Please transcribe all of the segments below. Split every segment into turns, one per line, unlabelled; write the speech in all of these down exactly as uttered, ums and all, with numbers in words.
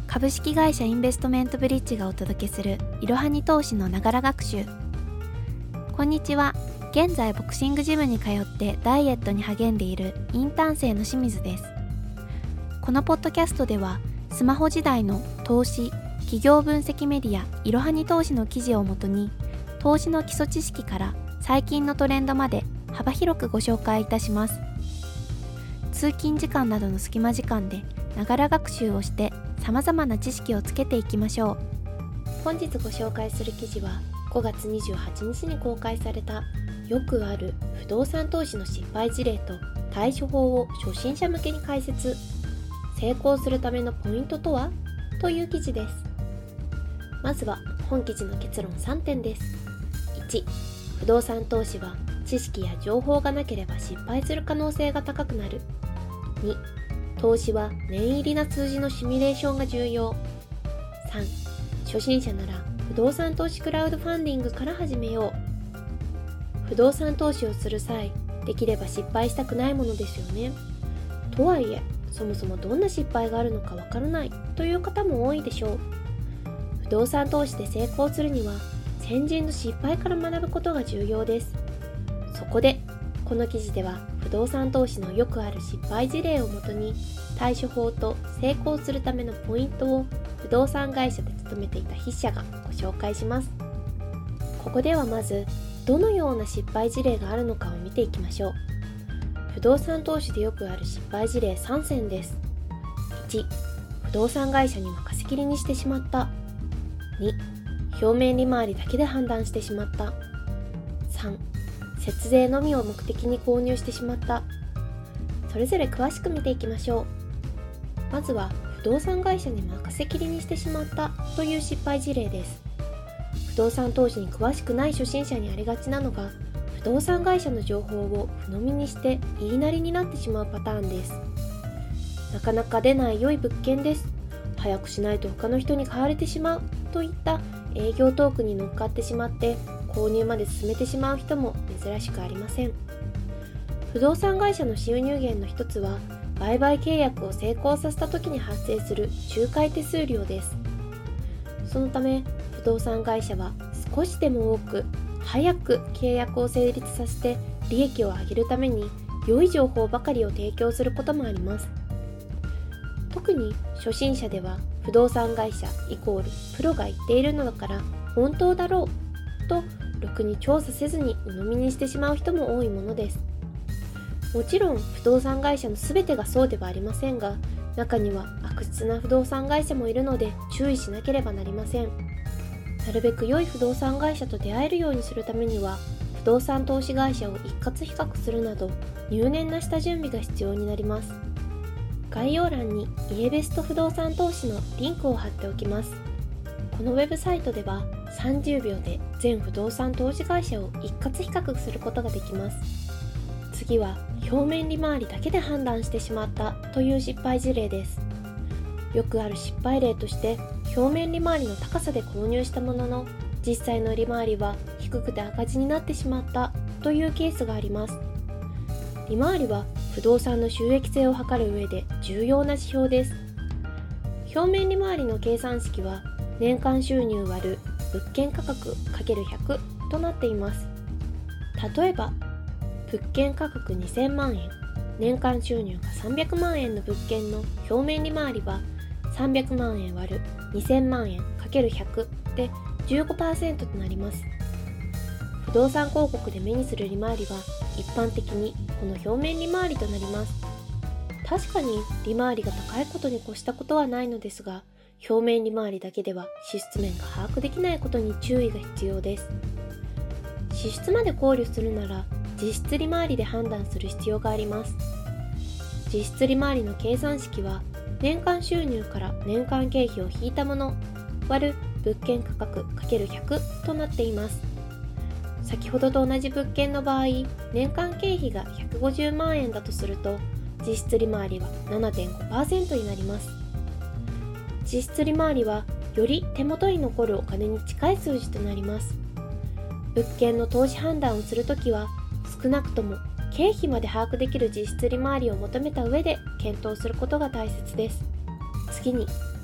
株式会社インベストメントブリッジがお届けするいろはに投資のながら学習。こんにちは。現在ボクシングジムに通ってダイエットに励んでいるインターン生の清水です。このポッドキャストではスマホ時代の投資、企業分析メディアいろはに投資の記事をもとに、投資の基礎知識から最近のトレンドまで幅広くご紹介いたします。通勤時間などの隙間時間でながら学習をして様々な知識をつけていきましょう。本日ご紹介する記事はごがつにじゅうはちにちに公開されたよくある不動産投資の失敗事例と対処法を初心者向けに解説。成功するためのポイントとはという記事です。まずは本記事の結論さんてんです。いち、不動産投資は知識や情報がなければ失敗する可能性が高くなる。に、投資は念入りな数字のシミュレーションが重要。さん、初心者なら不動産投資クラウドファンディングから始めよう。不動産投資をする際、できれば失敗したくないものですよね。とはいえ、そもそもどんな失敗があるのかわからないという方も多いでしょう。不動産投資で成功するには、先人の失敗から学ぶことが重要です。そこで、この記事では不動産投資のよくある失敗事例をもとに、対処法と成功するためのポイントを不動産会社で勤めていた筆者がご紹介します。ここではまず、どのような失敗事例があるのかを見ていきましょう。不動産投資でよくある失敗事例さんせんです。いち、不動産会社に任せきりにしてしまった。に、表面利回りだけで判断してしまった。さん、節税のみを目的に購入してしまった。それぞれ詳しく見ていきましょう。まずは不動産会社に任せきりにしてしまったという失敗事例です。不動産投資に詳しくない初心者にありがちなのが、不動産会社の情報を鵜呑みにして言いなりになってしまうパターンです。なかなか出ない良い物件です。早くしないと他の人に買われてしまうといった営業トークに乗っかってしまって購入まで進めてしまう人も珍しくありません。不動産会社の収入源の一つは、売買契約を成功させた時に発生する仲介手数料です。そのため、不動産会社は少しでも多く、早く契約を成立させて利益を上げるために良い情報ばかりを提供することもあります。特に初心者では不動産会社イコールプロが言っているのだから本当だろうとろくに調査せずに鵜呑みにしてしまう人も多いものです。もちろん不動産会社のすべてがそうではありませんが、中には悪質な不動産会社もいるので注意しなければなりません。なるべく良い不動産会社と出会えるようにするためには、不動産投資会社を一括比較するなど入念な下準備が必要になります。概要欄に家ベスト不動産投資のリンクを貼っておきます。このウェブサイトではさんじゅうびょうで全不動産投資会社を一括比較することができます。次は表面利回りだけで判断してしまったという失敗事例です。よくある失敗例として、表面利回りの高さで購入したものの、実際の利回りは低くて赤字になってしまったというケースがあります。利回りは不動産の収益性を測る上で重要な指標です。表面利回りの計算式は、年間収入割る物件価格 ×ひゃく となっています。例えば、物件価格にせんまんえん、年間収入がさんびゃくまんえんの物件の表面利回りはさんびゃくまんえん割るにせんまんえん ×ひゃく で じゅうごパーセント となります。不動産広告で目にする利回りは一般的にこの表面利回りとなります。確かに利回りが高いことに越したことはないのですが、表面利回りだけでは支出面が把握できないことに注意が必要です。支出まで考慮するなら実質利回りで判断する必要があります。実質利回りの計算式は、年間収入から年間経費を引いたもの割る物件価格 ×ひゃく となっています。先ほどと同じ物件の場合、年間経費がひゃくごじゅうまんえんだとすると、実質利回りは ななてんごパーセント になります。実質利回りは、より手元に残るお金に近い数字となります。物件の投資判断をするときは、少なくとも経費まで把握できる実質利回りを求めた上で検討することが大切です。次に、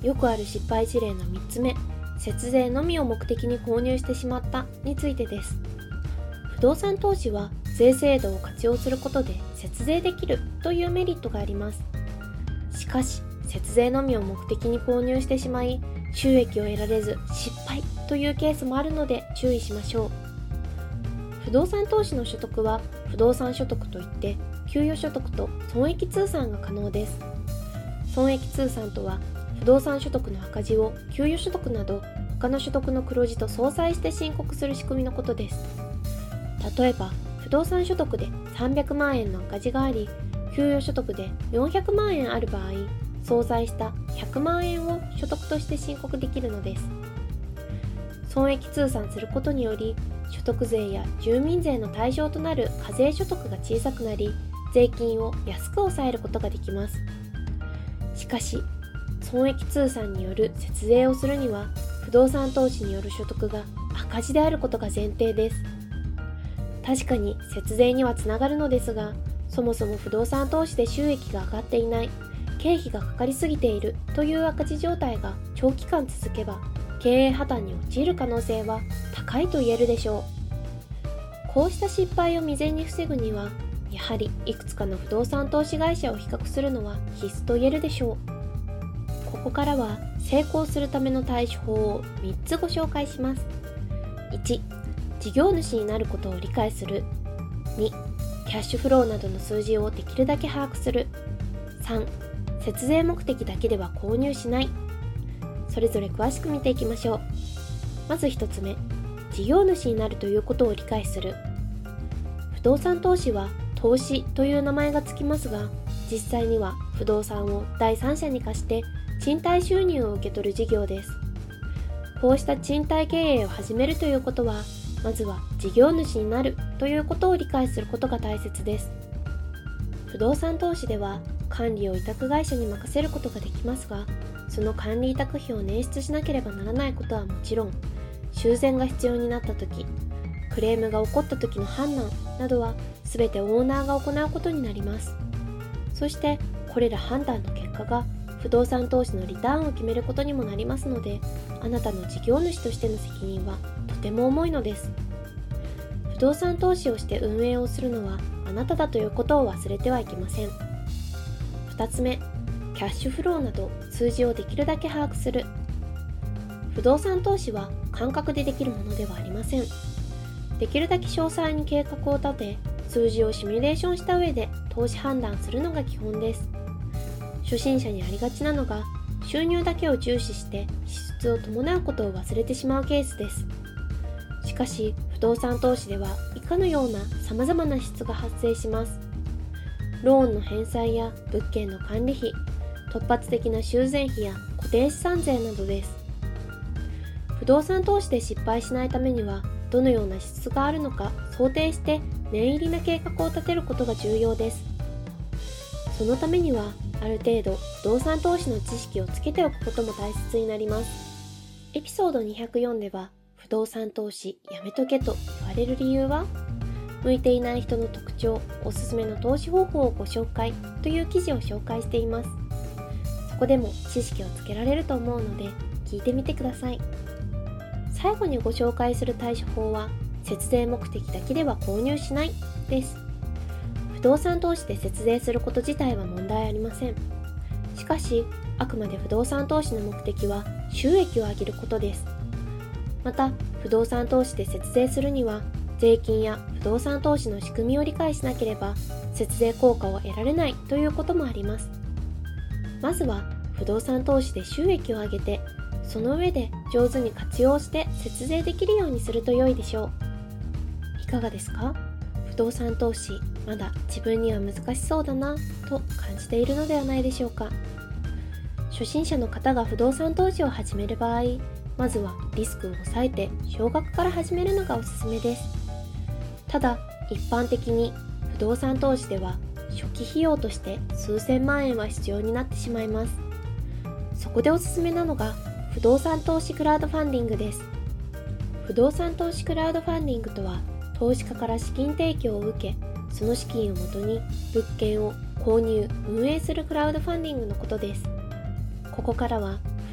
よくある失敗事例のみっつめ、節税のみを目的に購入してしまったについてです。不動産投資は税制度を活用することで節税できるというメリットがあります。しかし、節税のみを目的に購入してしまい、収益を得られず失敗というケースもあるので注意しましょう。不動産投資の所得は不動産所得といって、給与所得と損益通算が可能です。損益通算とは、不動産所得の赤字を給与所得など他の所得の黒字と相殺して申告する仕組みのことです。例えば、不動産所得でさんびゃくまんえんの赤字があり、給与所得でよんひゃくまんえんある場合、相殺したひゃくまんえんを所得として申告できるのです。損益通算することにより、所得税や住民税の対象となる課税所得が小さくなり、税金を安く抑えることができます。しかし、損益通算による節税をするには、不動産投資による所得が赤字であることが前提です。確かに節税にはつながるのですが、そもそも不動産投資で収益が上がっていない、経費がかかりすぎているという赤字状態が長期間続けば、経営破綻に陥る可能性は高いと言えるでしょう。こうした失敗を未然に防ぐには、やはりいくつかの不動産投資会社を比較するのは必須と言えるでしょう。ここからは成功するための対処法をみっつご紹介します。いち、事業主になることを理解する。に、キャッシュフローなどの数字をできるだけ把握する。さん、節税目的だけでは購入しない。それぞれ詳しく見ていきましょう。まずひとつめ、事業主になるということを理解する。不動産投資は投資という名前がつきますが、実際には不動産を第三者に貸して賃貸収入を受け取る事業です。こうした賃貸経営を始めるということは、まずは事業主になるということを理解することが大切です。不動産投資では管理を委託会社に任せることができますが、その管理委託費を捻出しなければならないことはもちろん、修繕が必要になったとき、クレームが起こったときの判断などは全てオーナーが行うことになります。そしてこれら判断の結果が不動産投資のリターンを決めることにもなりますので、あなたの事業主としての責任はとても重いのです。不動産投資をして運営をするのはあなただということを忘れてはいけません。ふたつめ、キャッシュフローなど数字をできるだけ把握する。不動産投資は感覚でできるものではありません。できるだけ詳細に計画を立て、数字をシミュレーションした上で投資判断するのが基本です。初心者にありがちなのが、収入だけを重視して支出を伴うことを忘れてしまうケースです。しかし、不動産投資では以下のような様々な支出が発生します。ローンの返済や物件の管理費、突発的な修繕費や固定資産税などです。不動産投資で失敗しないためには、どのような支出があるのか想定して念入りな計画を立てることが重要です。そのためには、ある程度不動産投資の知識をつけておくことも大切になります。エピソードにひゃくよんでは、不動産投資やめとけと言われる理由は、向いていない人の特徴、おすすめの投資方法をご紹介という記事を紹介しています。そこでも知識をつけられると思うので、聞いてみてください。最後にご紹介する対処法は、節税目的だけでは購入しないです。不動産投資で節税すること自体は問題ありません。しかし、あくまで不動産投資の目的は収益を上げることです。また、不動産投資で節税するには、税金や不動産投資の仕組みを理解しなければ、節税効果を得られないということもあります。まずは、不動産投資で収益を上げて、その上で上手に活用して節税できるようにすると良いでしょう。いかがですか？不動産投資、まだ自分には難しそうだなと感じているのではないでしょうか。初心者の方が不動産投資を始める場合、まずはリスクを抑えて少額から始めるのがおすすめです。ただ、一般的に不動産投資では初期費用として数千万円は必要になってしまいます。そこでおすすめなのが不動産投資クラウドファンディングです。不動産投資クラウドファンディングとは、投資家から資金提供を受け、その資金をもとに物件を購入・運営するクラウドファンディングのことです。ここからは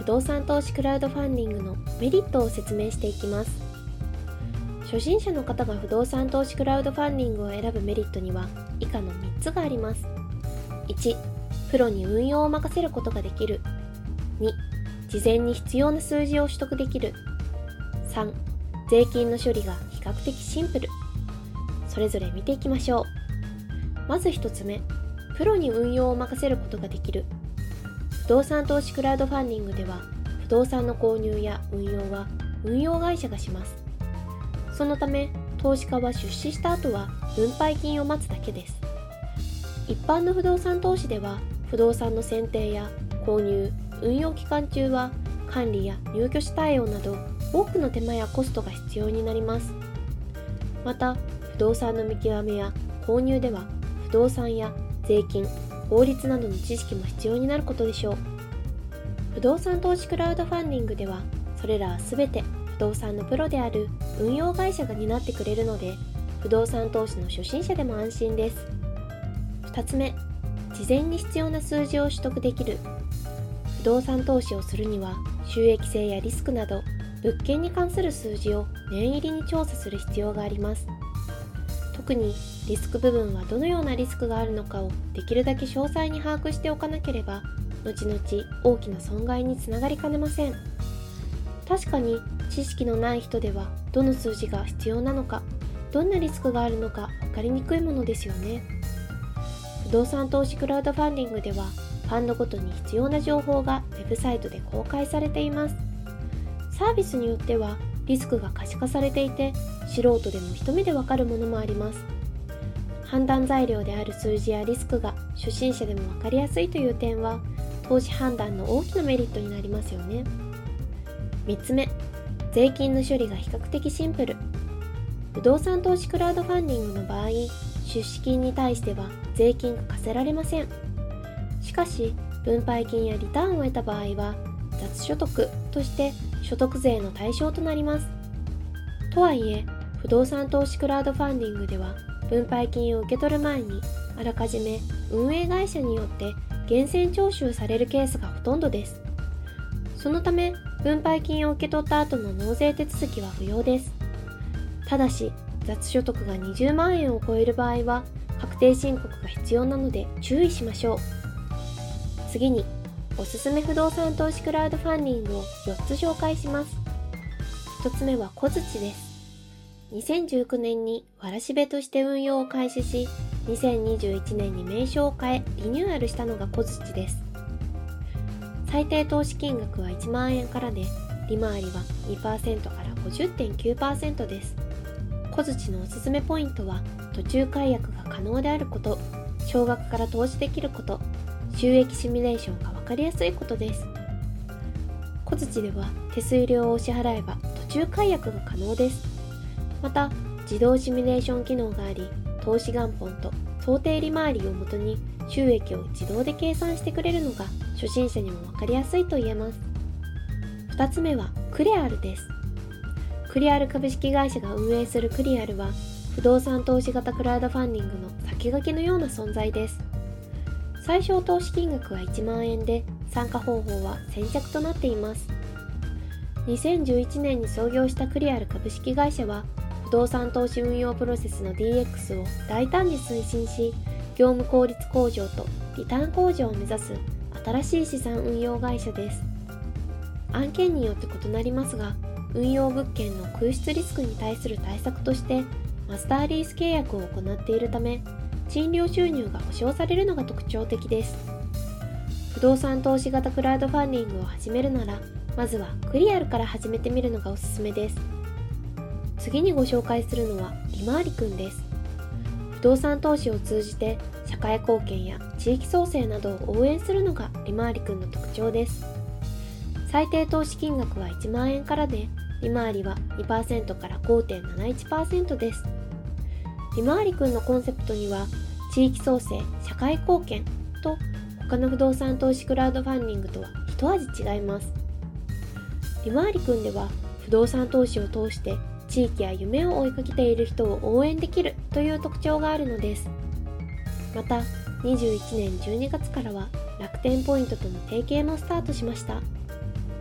不動産投資クラウドファンディングのメリットを説明していきます。初心者の方が不動産投資クラウドファンディングを選ぶメリットには以下のみっつがあります。いち、プロに運用を任せることができる。に、事前に必要な数字を取得できる。さん、税金の処理が比較的シンプル。それぞれ見ていきましょう。まずひとつめ、プロに運用を任せることができる。不動産投資クラウドファンディングでは、不動産の購入や運用は運用会社がします。そのため、投資家は出資した後は分配金を待つだけです。一般の不動産投資では、不動産の選定や購入、運用期間中は管理や入居者対応など多くの手間やコストが必要になります。また、不動産の見極めや購入では不動産や税金、法律などの知識も必要になることでしょう。不動産投資クラウドファンディングでは、それらはすべて不動産のプロである運用会社が担ってくれるので、不動産投資の初心者でも安心です。ふたつめ、事前に必要な数字を取得できる。不動産投資をするには、収益性やリスクなど、物件に関する数字を念入りに調査する必要があります。特にリスク部分はどのようなリスクがあるのかをできるだけ詳細に把握しておかなければ、後々大きな損害につながりかねません。確かに知識のない人ではどの数字が必要なのか、どんなリスクがあるのか分かりにくいものですよね。不動産投資クラウドファンディングでは、ファンドごとに必要な情報がウェブサイトで公開されています。サービスによってはリスクが可視化されていて、素人でも一目でわかるものもあります。判断材料である数字やリスクが初心者でもわかりやすいという点は、投資判断の大きなメリットになりますよね。みっつめ、税金の処理が比較的シンプル。不動産投資クラウドファンディングの場合、出資金に対しては税金が課せられません。しかし、分配金やリターンを得た場合は、雑所得として所得税の対象となります。とはいえ、不動産投資クラウドファンディングでは、分配金を受け取る前に、あらかじめ運営会社によって源泉徴収されるケースがほとんどです。そのため、分配金を受け取った後の納税手続きは不要です。ただし、雑所得がにじゅうまんえんを超える場合は、確定申告が必要なので注意しましょう。次に、おすすめ不動産投資クラウドファンディングをよっつ紹介します。ひとつめは小槌です。にせんじゅうきゅうねんにわらしべとして運用を開始し、にせんにじゅういちねんに名称を変えリニューアルしたのが小槌です。最低投資金額はいちまんえんからで、利回りは にパーセント から ごじゅってんきゅうパーセント です。小槌のおすすめポイントは、途中解約が可能であること、少額から投資できること、収益シミュレーションが分かりやすいことです。小槌では手数料を支払えば途中解約が可能です。また、自動シミュレーション機能があり、投資元本と想定利回りをもとに収益を自動で計算してくれるのが初心者にも分かりやすいと言えます。ふたつめはクリアルです。クリアル株式会社が運営するクリアルは、不動産投資型クラウドファンディングの先駆けのような存在です。最小投資金額はいちまんえんで、参加方法は先着となっています。にせんじゅういちねんに創業したクリアル株式会社は、不動産投資運用プロセスの ディーエックス を大胆に推進し、業務効率向上とリターン向上を目指す新しい資産運用会社です。案件によって異なりますが、運用物件の空室リスクに対する対策として、マスターリース契約を行っているため、賃料収入が保証されるのが特徴的です。不動産投資型クラウドファンディングを始めるなら、まずはクリアルから始めてみるのがおすすめです。次にご紹介するのは利回りくんです。不動産投資を通じて社会貢献や地域創生などを応援するのが利回りくんの特徴です。最低投資金額はいちまんえんからで、利回りは にパーセント から ごてんなないちパーセント です。利回りくんのコンセプトには、地域創生、社会貢献と他の不動産投資クラウドファンディングとは一味違います。利回りくんでは、不動産投資を通して地域や夢を追いかけている人を応援できるという特徴があるのです。また、にじゅういちねんじゅうにがつからは楽天ポイントとの提携もスタートしました。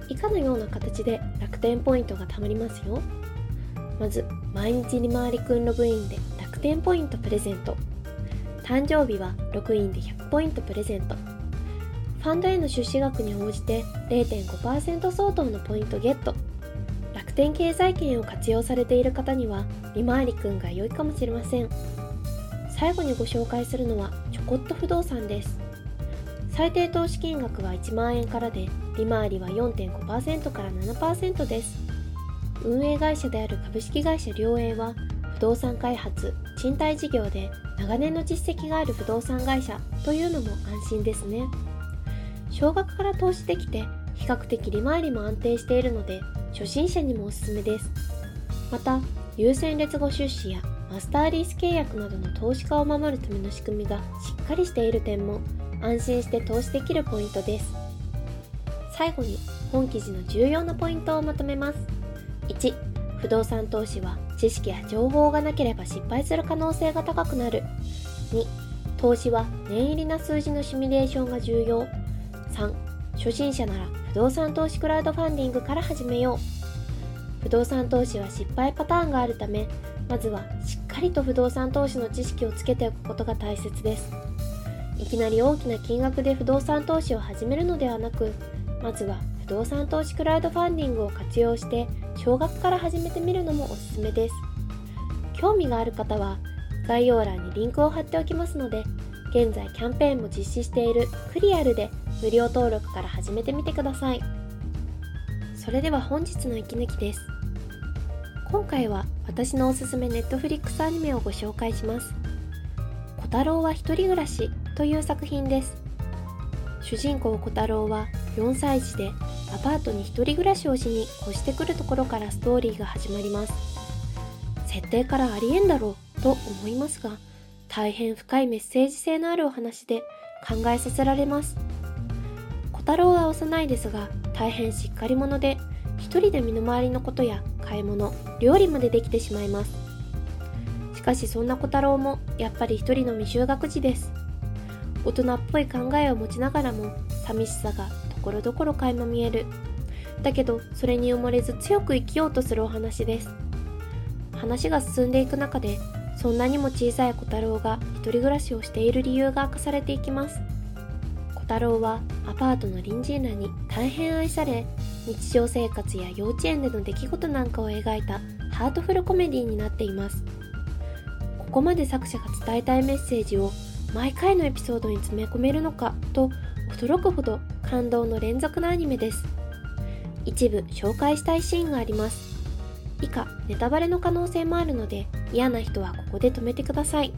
以下のような形で楽天ポイントが貯まりますよ。まず、毎日利回りくんログインで楽天ポイントプレゼント。誕生日はログインでひゃくポイントプレゼント。ファンドへの出資額に応じて れいてんごパーセント 相当のポイントゲット。楽天経済圏を活用されている方には利回りくんが良いかもしれません。最後にご紹介するのはちょこっと不動産です。最低投資金額はいちまんえんからで、利回りは よんてんごパーセント から ななパーセント です。運営会社である株式会社良栄は不動産開発・賃貸事業で長年の実績がある不動産会社というのも安心ですね。少額から投資できて比較的利回りも安定しているので初心者にもおすすめです。また優先劣後出資やマスターリース契約などの投資家を守るための仕組みがしっかりしている点も安心して投資できるポイントです。最後に本記事の重要なポイントをまとめます。いち、不動産投資は知識や情報がなければ失敗する可能性が高くなる。に、投資は念入りな数字のシミュレーションが重要。さん、初心者なら不動産投資クラウドファンディングから始めよう。不動産投資は失敗パターンがあるため、まずはしっかりと不動産投資の知識をつけておくことが大切です。いきなり大きな金額で不動産投資を始めるのではなく、まずは不動産投資クラウドファンディングを活用して少額から始めてみるのもおすすめです。興味がある方は概要欄にリンクを貼っておきますので、現在キャンペーンも実施しているクリアルで無料登録から始めてみてください。それでは本日の息抜きです。今回は私のおすすめネットフリックスアニメをご紹介します。小太郎は一人暮らしという作品です。主人公小太郎はよんさい児でアパートに一人暮らしをしに越してくるところからストーリーが始まります。設定からありえんだろうと思いますが、大変深いメッセージ性のあるお話で考えさせられます。小太郎は幼いですが大変しっかり者で、一人で身の回りのことや買い物、料理までできてしまいます。しかしそんな小太郎もやっぱり一人の未就学児です。大人っぽい考えを持ちながらも寂しさがところどころ垣間見える。だけどそれに埋もれず強く生きようとするお話です。話が進んでいく中で、そんなにも小さい小太郎が一人暮らしをしている理由が明かされていきます。小太郎はアパートの隣人らに大変愛され、日常生活や幼稚園での出来事なんかを描いたハートフルコメディになっています。ここまで作者が伝えたいメッセージを毎回のエピソードに詰め込めるのかと驚くほど感動の連続のアニメです。一部紹介したいシーンがあります。以下ネタバレの可能性もあるので、嫌な人はここで止めてください。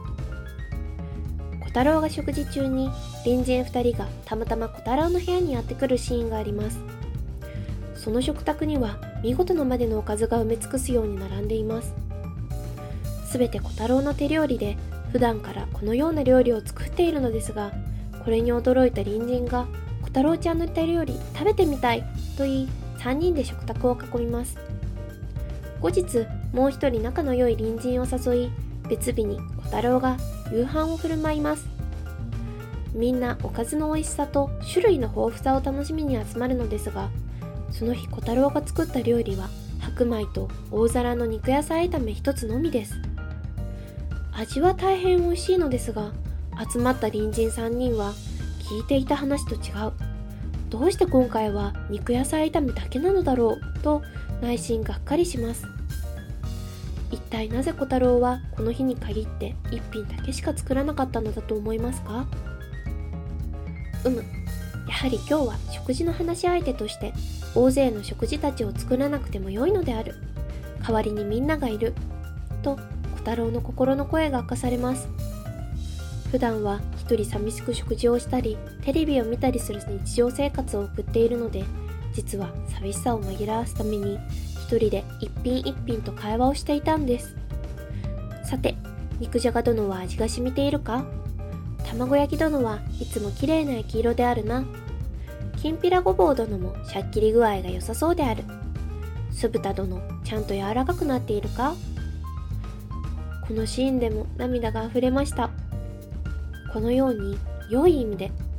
小太郎が食事中に隣人ふたりがたまたま小太郎の部屋にやってくるシーンがあります。その食卓には見事なまでのおかずが埋め尽くすように並んでいます。すべて小太郎の手料理で、普段からこのような料理を作っているのですが、これに驚いた隣人が小太郎ちゃんの手料理食べてみたいと言い、さんにんで食卓を囲みます。後日もう一人仲の良い隣人を誘い、別日に小太郎が夕飯を振る舞います。みんなおかずの美味しさと種類の豊富さを楽しみに集まるのですが、その日小太郎が作った料理は白米と大皿の肉野菜炒め一つのみです。味は大変美味しいのですが、集まった隣人さんにんは聞いていた話と違う、どうして今回は肉野菜炒めだけなのだろうと内心がっかりします。一体なぜ小太郎はこの日に限って一品だけしか作らなかったのだと思いますか？うむ、やはり今日は食事の話し相手として大勢の食事たちを作らなくても良いのである、代わりにみんながいると小太郎の心の声が明かされます。普段は一人寂しく食事をしたりテレビを見たりする日常生活を送っているので、実は寂しさを紛らわすために一人で一品一品と会話をしていたんです。さて、肉じゃが殿は味が染みているか？卵焼き殿はいつも綺麗な焼き色であるな。きんぴらごぼう殿もしゃっきり具合が良さそうである。酢豚殿ちゃんと柔らかくなっているか？このシーンでも涙があふれました。このように良い意味で、し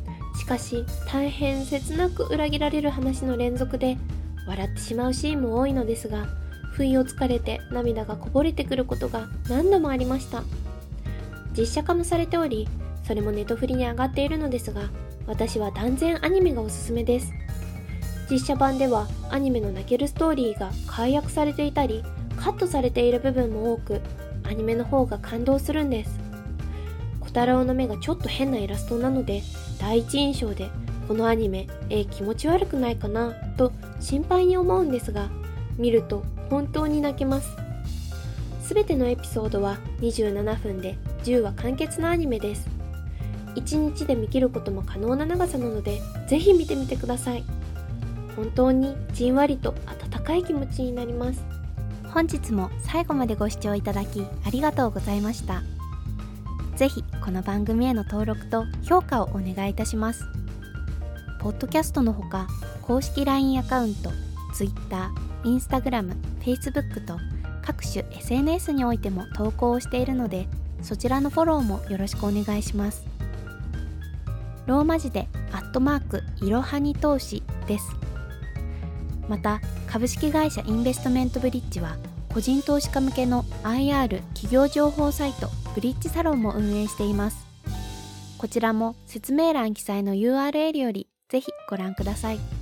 かし大変切なく裏切られる話の連続で笑ってしまうシーンも多いのですが、不意をつかれて涙がこぼれてくることが何度もありました。実写化もされており、それもネトフリに上がっているのですが、私は断然アニメがおすすめです。実写版ではアニメの泣けるストーリーが解約されていたりカットされている部分も多く、アニメの方が感動するんです。小太郎の目がちょっと変なイラストなので、第一印象でこのアニメ絵気持ち悪くないかなと心配に思うんですが、見ると本当に泣けます。すべてのエピソードはにじゅうななふんでじゅうわ完結のアニメです。いちにちで見切ることも可能な長さなので、ぜひ見てみてください。本当にじんわりと温かい気持ちになります。本日も最後までご視聴いただきありがとうございました。ぜひこの番組への登録と評価をお願いいたします。ポッドキャストのほか、公式 ライン アカウント、Twitter、Instagram、Facebook と各種 エスエヌエス においても投稿をしているので、そちらのフォローもよろしくお願いします。ローマ字でアットマークいろはに投資です。また、株式会社インベストメントブリッジは個人投資家向けの アイアール 企業情報サイトブリッジサロンも運営しています。こちらも説明欄記載の ユーアールエル よりぜひご覧ください。